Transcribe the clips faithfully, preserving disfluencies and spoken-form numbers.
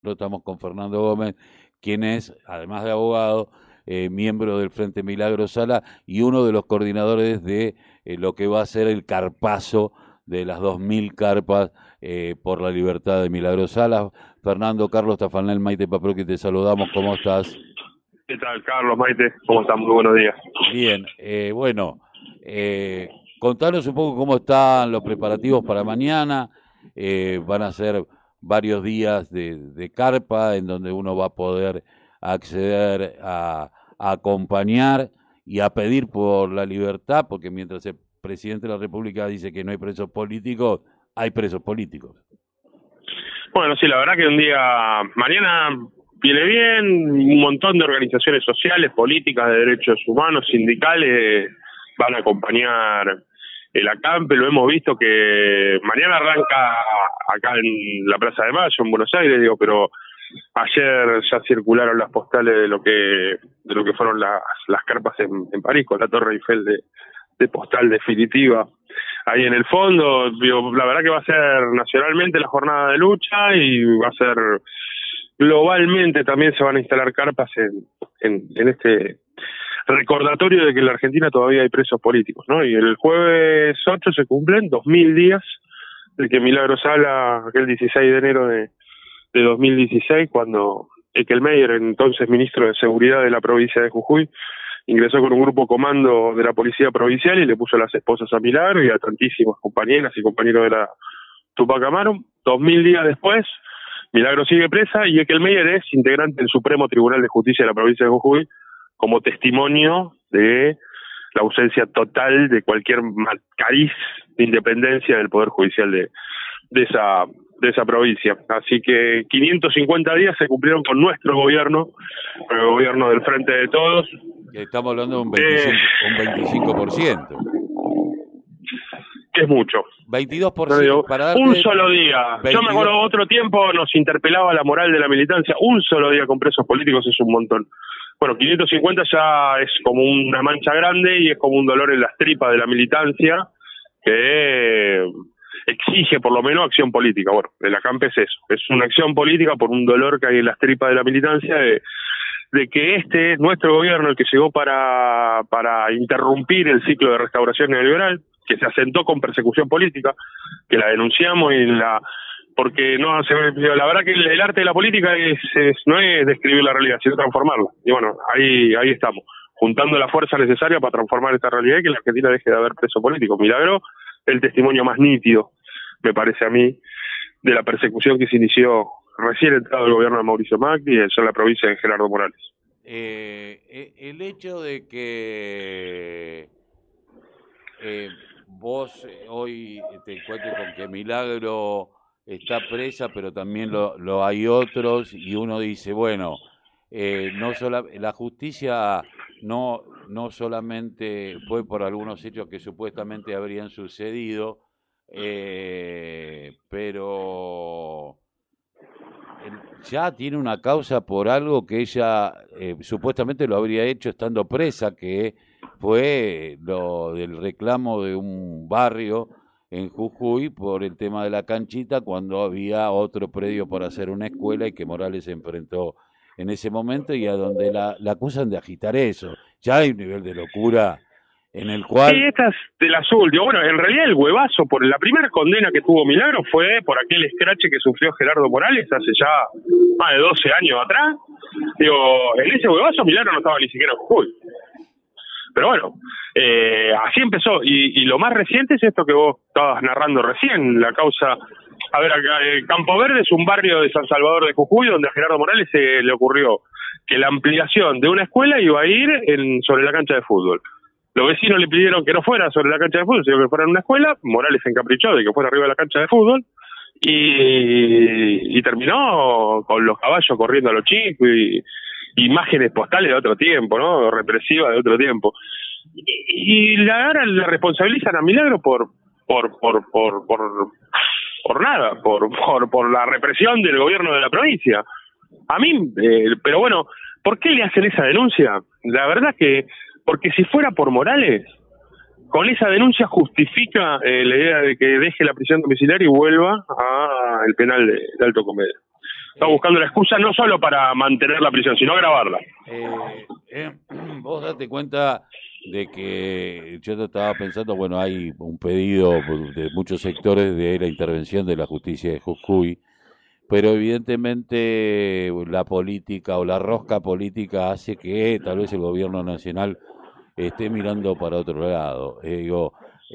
Lo estamos con Fernando Gómez, quien es, además de abogado, eh, miembro del Frente Milagro Sala y uno de los coordinadores de eh, lo que va a ser el carpazo de las dos mil carpas eh, por la libertad de Milagro Sala. Fernando, Carlos Tafanel, Maite Paproqui, te saludamos, ¿cómo estás? ¿Qué tal, Carlos, Maite? ¿Cómo están? Muy buenos días. Bien, eh, bueno, eh, contanos un poco cómo están los preparativos para mañana. Eh, van a ser varios días de, de carpa en donde uno va a poder acceder a, a acompañar y a pedir por la libertad, porque mientras el presidente de la República dice que no hay presos políticos, hay presos políticos. Bueno, sí, la verdad que un día, mañana viene bien, un montón de organizaciones sociales, políticas, de derechos humanos, sindicales, van a acompañar el acampe. Lo hemos visto que mañana arranca acá en la Plaza de Mayo, en Buenos Aires, digo, pero ayer ya circularon las postales de lo que de lo que fueron las, las carpas en, en París, con la Torre Eiffel de, de postal definitiva ahí en el fondo. Digo, la verdad que va a ser nacionalmente la jornada de lucha y va a ser globalmente, también se van a instalar carpas en, en, en este recordatorio de que en la Argentina todavía hay presos políticos, ¿no? Y el jueves ocho se cumplen dos mil días de que Milagro Sala, aquel dieciséis de enero de, de dos mil dieciséis, cuando Eckelmeyer, entonces ministro de Seguridad de la provincia de Jujuy, ingresó con un grupo comando de la Policía Provincial y le puso las esposas a Milagro y a tantísimas compañeras y compañeros de la Tupac Amaru. Dos mil días después, Milagro sigue presa y Eckelmeyer es integrante del Supremo Tribunal de Justicia de la provincia de Jujuy como testimonio de la ausencia total de cualquier cariz de independencia del Poder Judicial de, de esa de esa provincia. Así que quinientos cincuenta días se cumplieron con nuestro gobierno, el gobierno del Frente de Todos. Estamos hablando de un veinticinco, eh, un veinticinco por ciento. Que es mucho. veintidós por ciento. Digo, para darte un solo día. veintidós. Yo me acuerdo otro tiempo nos interpelaba la moral de la militancia. Un solo día con presos políticos es un montón. Bueno, quinientos cincuenta ya es como una mancha grande y es como un dolor en las tripas de la militancia que exige por lo menos acción política. Bueno, el acampe es eso, es una acción política por un dolor que hay en las tripas de la militancia de, de que este, nuestro gobierno, el que llegó para, para interrumpir el ciclo de restauración neoliberal, que se asentó con persecución política, que la denunciamos y la... porque no se la verdad que el, el arte de la política es, es no es describir la realidad, sino transformarla. Y bueno, ahí ahí estamos, juntando la fuerza necesaria para transformar esta realidad y que la Argentina deje de haber preso político. Milagro, el testimonio más nítido, me parece a mí, de la persecución que se inició recién entrado el gobierno de Mauricio Macri en la provincia de Gerardo Morales. Eh, el hecho de que eh, vos hoy te encuentres con que Milagro está presa, pero también lo, lo hay otros, y uno dice, bueno, eh, no sola, la justicia no, no solamente fue por algunos hechos que supuestamente habrían sucedido, eh, pero ya tiene una causa por algo que ella eh, supuestamente lo habría hecho estando presa, que fue lo del reclamo de un barrio en Jujuy por el tema de la canchita, cuando había otro predio para hacer una escuela y que Morales se enfrentó en ese momento y a donde la, la acusan de agitar eso. Ya hay un nivel de locura en el cual... Sí, esta es del azul. Digo, bueno, en realidad el huevazo por la primera condena que tuvo Milagro fue por aquel escrache que sufrió Gerardo Morales hace ya más de doce años atrás. Digo, en ese huevazo Milagro no estaba ni siquiera en Jujuy. Pero bueno, eh, así empezó. Y, y lo más reciente es esto que vos estabas narrando recién, la causa... A ver, acá, eh, Campo Verde es un barrio de San Salvador de Jujuy donde a Gerardo Morales se le ocurrió que la ampliación de una escuela iba a ir en, sobre la cancha de fútbol. Los vecinos le pidieron que no fuera sobre la cancha de fútbol, sino que fuera en una escuela. Morales se encaprichó de que fuera arriba de la cancha de fútbol y, y terminó con los caballos corriendo a los chicos y imágenes postales de otro tiempo, ¿no? Represivas de otro tiempo. Y, y la, ahora la responsabilizan a Milagro por por por por por, por nada, por, por por la represión del gobierno de la provincia. A mí, eh, pero bueno, ¿por qué le hacen esa denuncia? La verdad que, porque si fuera por Morales, con esa denuncia justifica eh, la idea de que deje la prisión domiciliaria y vuelva al penal de, de Alto Comedero. Está eh, buscando la excusa no solo para mantener la prisión, sino agravarla. eh, eh, vos date cuenta de que yo te estaba pensando, bueno, hay un pedido de muchos sectores de la intervención de la justicia de Jujuy, pero evidentemente la política o la rosca política hace que tal vez el gobierno nacional esté mirando para otro lado. Eh, digo,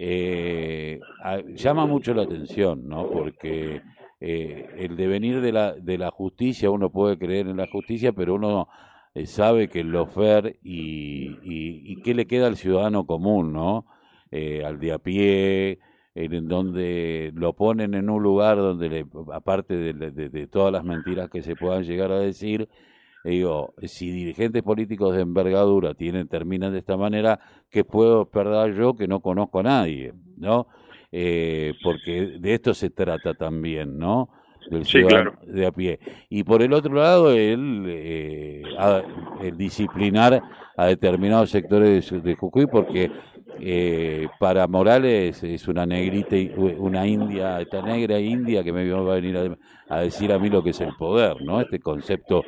eh, a- llama mucho la atención, ¿no? Porque eh, el devenir de la, de la justicia, uno puede creer en la justicia, pero uno eh, sabe que el lofer y, y, y qué le queda al ciudadano común, ¿no? Eh, al de a pie, en en donde lo ponen en un lugar donde, le, aparte de, de- de todas las mentiras que se puedan llegar a decir, eh, digo, si dirigentes políticos de envergadura tienen, terminan de esta manera, ¿qué puedo esperar yo que no conozco a nadie? ¿No? Eh, porque de esto se trata también, ¿no? Del Sí, ciudadano claro. de a pie. Y por el otro lado, el, eh, a- el disciplinar a determinados sectores de, su- de Jujuy, porque eh, para Morales es una negrita, y- una india, esta negra india que me va a venir a, a decir a mí lo que es el poder, ¿no? Este concepto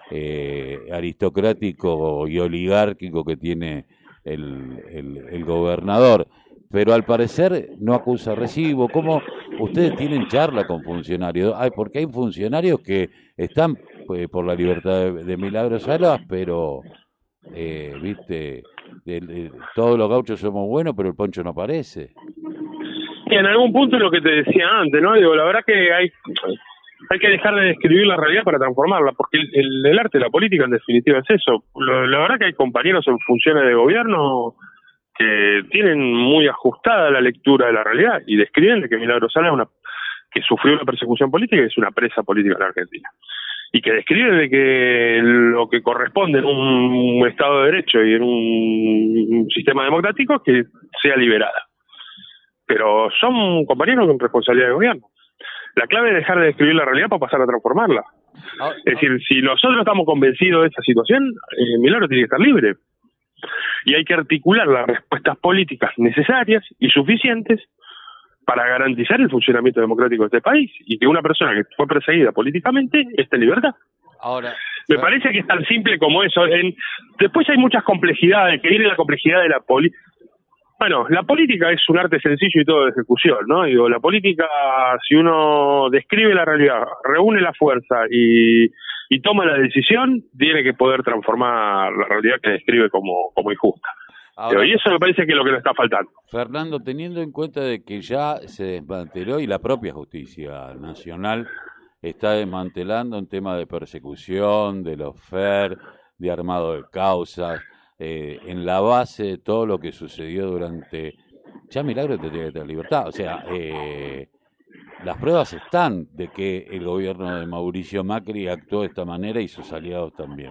eh, aristocrático y oligárquico que tiene el, el, el gobernador. Pero al parecer no acusa recibo. ¿Cómo ustedes tienen charla con funcionarios? Ay, porque hay funcionarios que están eh, por la libertad de, de Milagros Salas, pero, eh, viste, el- el- todos los gauchos somos buenos, pero el poncho no aparece. Y en algún punto lo que te decía antes, ¿no? Digo, la verdad que hay hay que dejar de describir la realidad para transformarla, porque el, el, el arte, la política en definitiva es eso. Lo, la verdad que hay compañeros en funciones de gobierno que tienen muy ajustada la lectura de la realidad y describen de que Milagros Sala es una, que sufrió una persecución política y es una presa política en la Argentina. Y que describen de que lo que corresponde en un Estado de Derecho y en un sistema democrático es que sea liberada. Pero son compañeros con responsabilidad de gobierno. La clave es dejar de describir la realidad para pasar a transformarla. Ahora, Es decir, si nosotros estamos convencidos de esta situación, eh, Milagro tiene que estar libre. Y hay que articular las respuestas políticas necesarias y suficientes para garantizar el funcionamiento democrático de este país y que una persona que fue perseguida políticamente esté en libertad. ahora, Me parece que es tan simple como eso. En, después hay muchas complejidades, que viene la complejidad de la política. Bueno, la política es un arte sencillo y todo de ejecución, ¿no? Digo, la política, si uno describe la realidad, reúne la fuerza y, y toma la decisión, tiene que poder transformar la realidad que describe como, como injusta. Digo, ahora, y eso me parece que es lo que nos está faltando. Fernando, teniendo en cuenta de que ya se desmanteló y la propia justicia nacional está desmantelando un tema de persecución, de los F E R, de armado de causas, eh, en la base de todo lo que sucedió durante... Ya Milagro tendría que tener libertad, o sea, eh, las pruebas están de que el gobierno de Mauricio Macri actuó de esta manera y sus aliados también.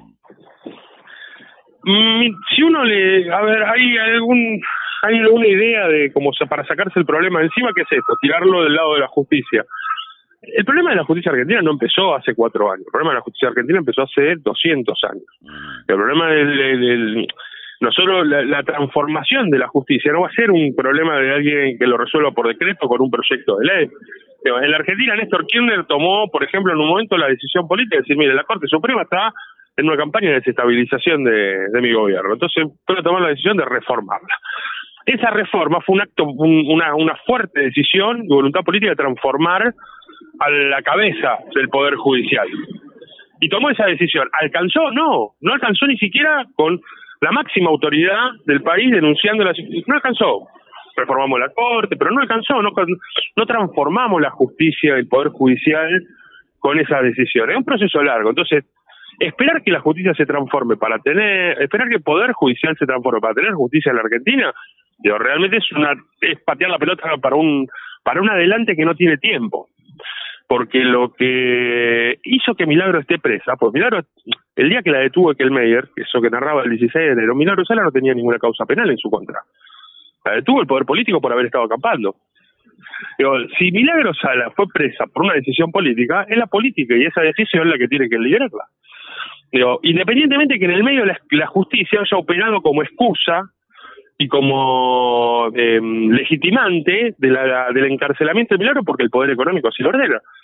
Mm, si uno le... A ver, hay algún... Hay alguna idea de como para sacarse el problema de encima, ¿qué es esto? Tirarlo del lado de la justicia. El problema de la justicia argentina no empezó hace cuatro años. El problema de la justicia argentina empezó hace doscientos años. El problema del... del, del nosotros, la, la transformación de la justicia no va a ser un problema de alguien que lo resuelva por decreto con un proyecto de ley. En la Argentina, Néstor Kirchner tomó, por ejemplo, en un momento la decisión política de decir, mire, la Corte Suprema está en una campaña de desestabilización de, de mi gobierno. Entonces, puedo tomar la decisión de reformarla. Esa reforma fue un acto, un, una, una fuerte decisión y voluntad política de transformar a la cabeza del Poder Judicial. Y tomó esa decisión. ¿Alcanzó? No. No alcanzó ni siquiera con la máxima autoridad del país denunciando la situación. No alcanzó. Reformamos la Corte, pero no alcanzó. No, no transformamos la justicia, el Poder Judicial con esa decisión. Es un proceso largo. Entonces, esperar que la justicia se transforme para tener, esperar que el Poder Judicial se transforme para tener justicia en la Argentina, digo, realmente es una, es patear la pelota para un, para un adelante que no tiene tiempo. Porque lo que hizo que Milagro esté presa, pues Milagro, el día que la detuvo Ekelmeyer, eso que narraba el dieciséis de enero, Milagro Sala no tenía ninguna causa penal en su contra. La detuvo el Poder Político por haber estado acampando. Digo, si Milagro Sala fue presa por una decisión política, es la política y esa decisión la que tiene que liderarla. Digo, independientemente que en el medio la, la justicia haya operado como excusa y como eh, legitimante de la, del encarcelamiento de Milagro porque el poder económico así lo ordena.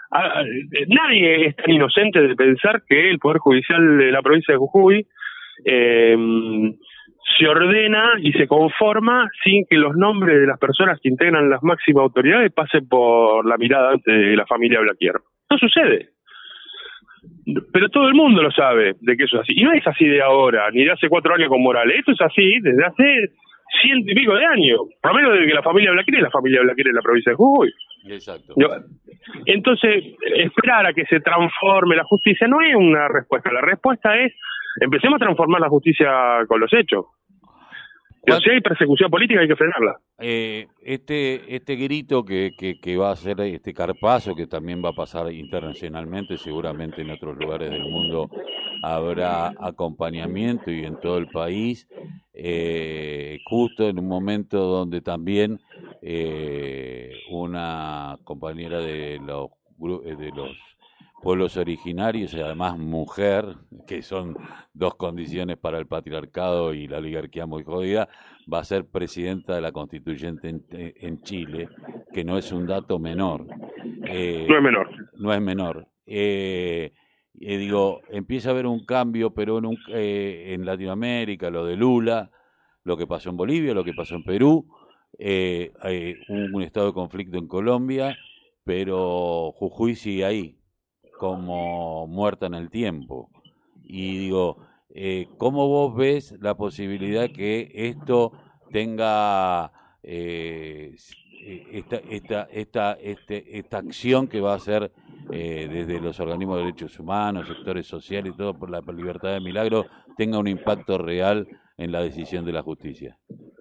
a, a, nadie es tan inocente de pensar que el Poder Judicial de la provincia de Jujuy eh, se ordena y se conforma sin que los nombres de las personas que integran las máximas autoridades pasen por la mirada de la familia Blaquier. No sucede. Pero todo el mundo lo sabe de que eso es así. Y no es así de ahora, ni de hace cuatro años con Morales. Esto es así desde hace ciento y pico de años. Por lo menos desde que la familia Blaquier es la familia Blaquier en la provincia de Jujuy. Exacto. Entonces, esperar a que se transforme la justicia no es una respuesta. La respuesta es, empecemos a transformar la justicia con los hechos. Pero si hay persecución política hay que frenarla. Eh, este este grito que, que, que va a hacer este carpazo, que también va a pasar internacionalmente, seguramente en otros lugares del mundo habrá acompañamiento y en todo el país, eh, justo en un momento donde también eh, una compañera de los de los pueblos originarios y además mujer, que son dos condiciones para el patriarcado y la oligarquía muy jodida, va a ser presidenta de la constituyente en, en Chile, que no es un dato menor. Eh, no es menor. No es menor. Eh, eh, digo, empieza a haber un cambio, pero en, un, eh, en Latinoamérica, lo de Lula, lo que pasó en Bolivia, lo que pasó en Perú, eh, eh, hubo un estado de conflicto en Colombia, pero Jujuy sigue ahí, como muerta en el tiempo. Y digo, eh, ¿cómo vos ves la posibilidad que esto tenga eh, esta, esta, esta, este, esta acción que va a hacer eh, desde los organismos de derechos humanos, sectores sociales y todo por la libertad de Milagro, tenga un impacto real en la decisión de la justicia?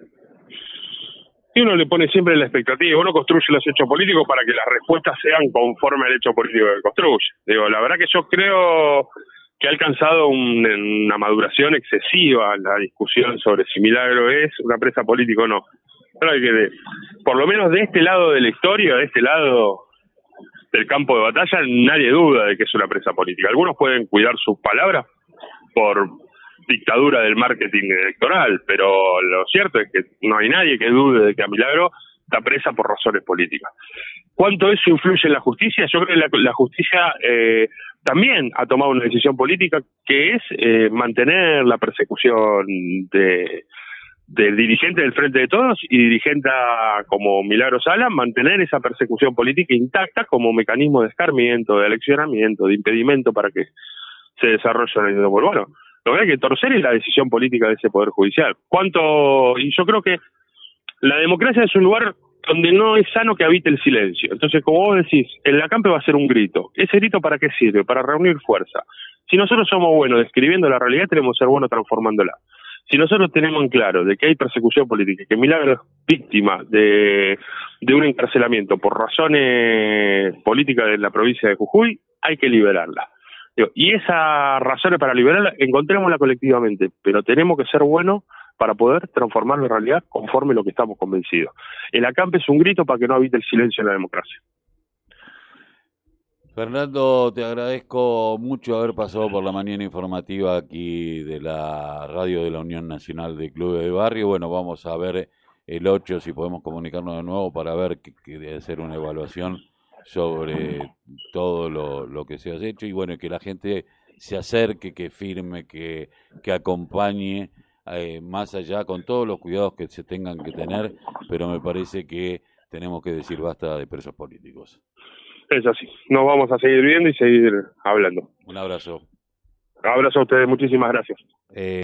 Y uno le pone siempre la expectativa, uno construye los hechos políticos para que las respuestas sean conforme al hecho político que construye. Digo, la verdad que yo creo que ha alcanzado un, una maduración excesiva la discusión sobre si Milagro es una presa política o no. Pero hay que, de, por lo menos de este lado de la historia, de este lado del campo de batalla, nadie duda de que es una presa política. Algunos pueden cuidar sus palabras por dictadura del marketing electoral, pero lo cierto es que no hay nadie que dude de que a Milagro está presa por razones políticas. ¿Cuánto eso influye en la justicia? Yo creo que la, la justicia eh, también ha tomado una decisión política que es eh, mantener la persecución de del dirigente del Frente de Todos y dirigente como Milagro Sala, mantener esa persecución política intacta como mecanismo de escarmiento, de aleccionamiento, de impedimento para que se desarrolle el año. Bueno, lo que hay que torcer es la decisión política de ese Poder Judicial. ¿Cuánto? Y yo creo que la democracia es un lugar donde no es sano que habite el silencio. Entonces, como vos decís, el acampe va a ser un grito. ¿Ese grito para qué sirve? Para reunir fuerza. Si nosotros somos buenos describiendo la realidad, tenemos que ser buenos transformándola. Si nosotros tenemos en claro de que hay persecución política, que Milagro es víctima de, de un encarcelamiento por razones políticas de la provincia de Jujuy, hay que liberarla. Y esas razones para liberarla, encontrémosla colectivamente, pero tenemos que ser buenos para poder transformar la realidad conforme a lo que estamos convencidos. El acampe es un grito para que no habite el silencio en la democracia. Fernando, te agradezco mucho haber pasado por la mañana informativa aquí de la radio de la Unión Nacional de Clubes de Barrio. Bueno, vamos a ver el ocho si podemos comunicarnos de nuevo para ver que, que hacer una evaluación sobre todo lo, lo que se ha hecho y bueno, que la gente se acerque, que firme, que, que acompañe eh, más allá con todos los cuidados que se tengan que tener, pero me parece que tenemos que decir basta de presos políticos. Es así, nos vamos a seguir viendo y seguir hablando. Un abrazo. Un abrazo a ustedes, muchísimas gracias. Eh...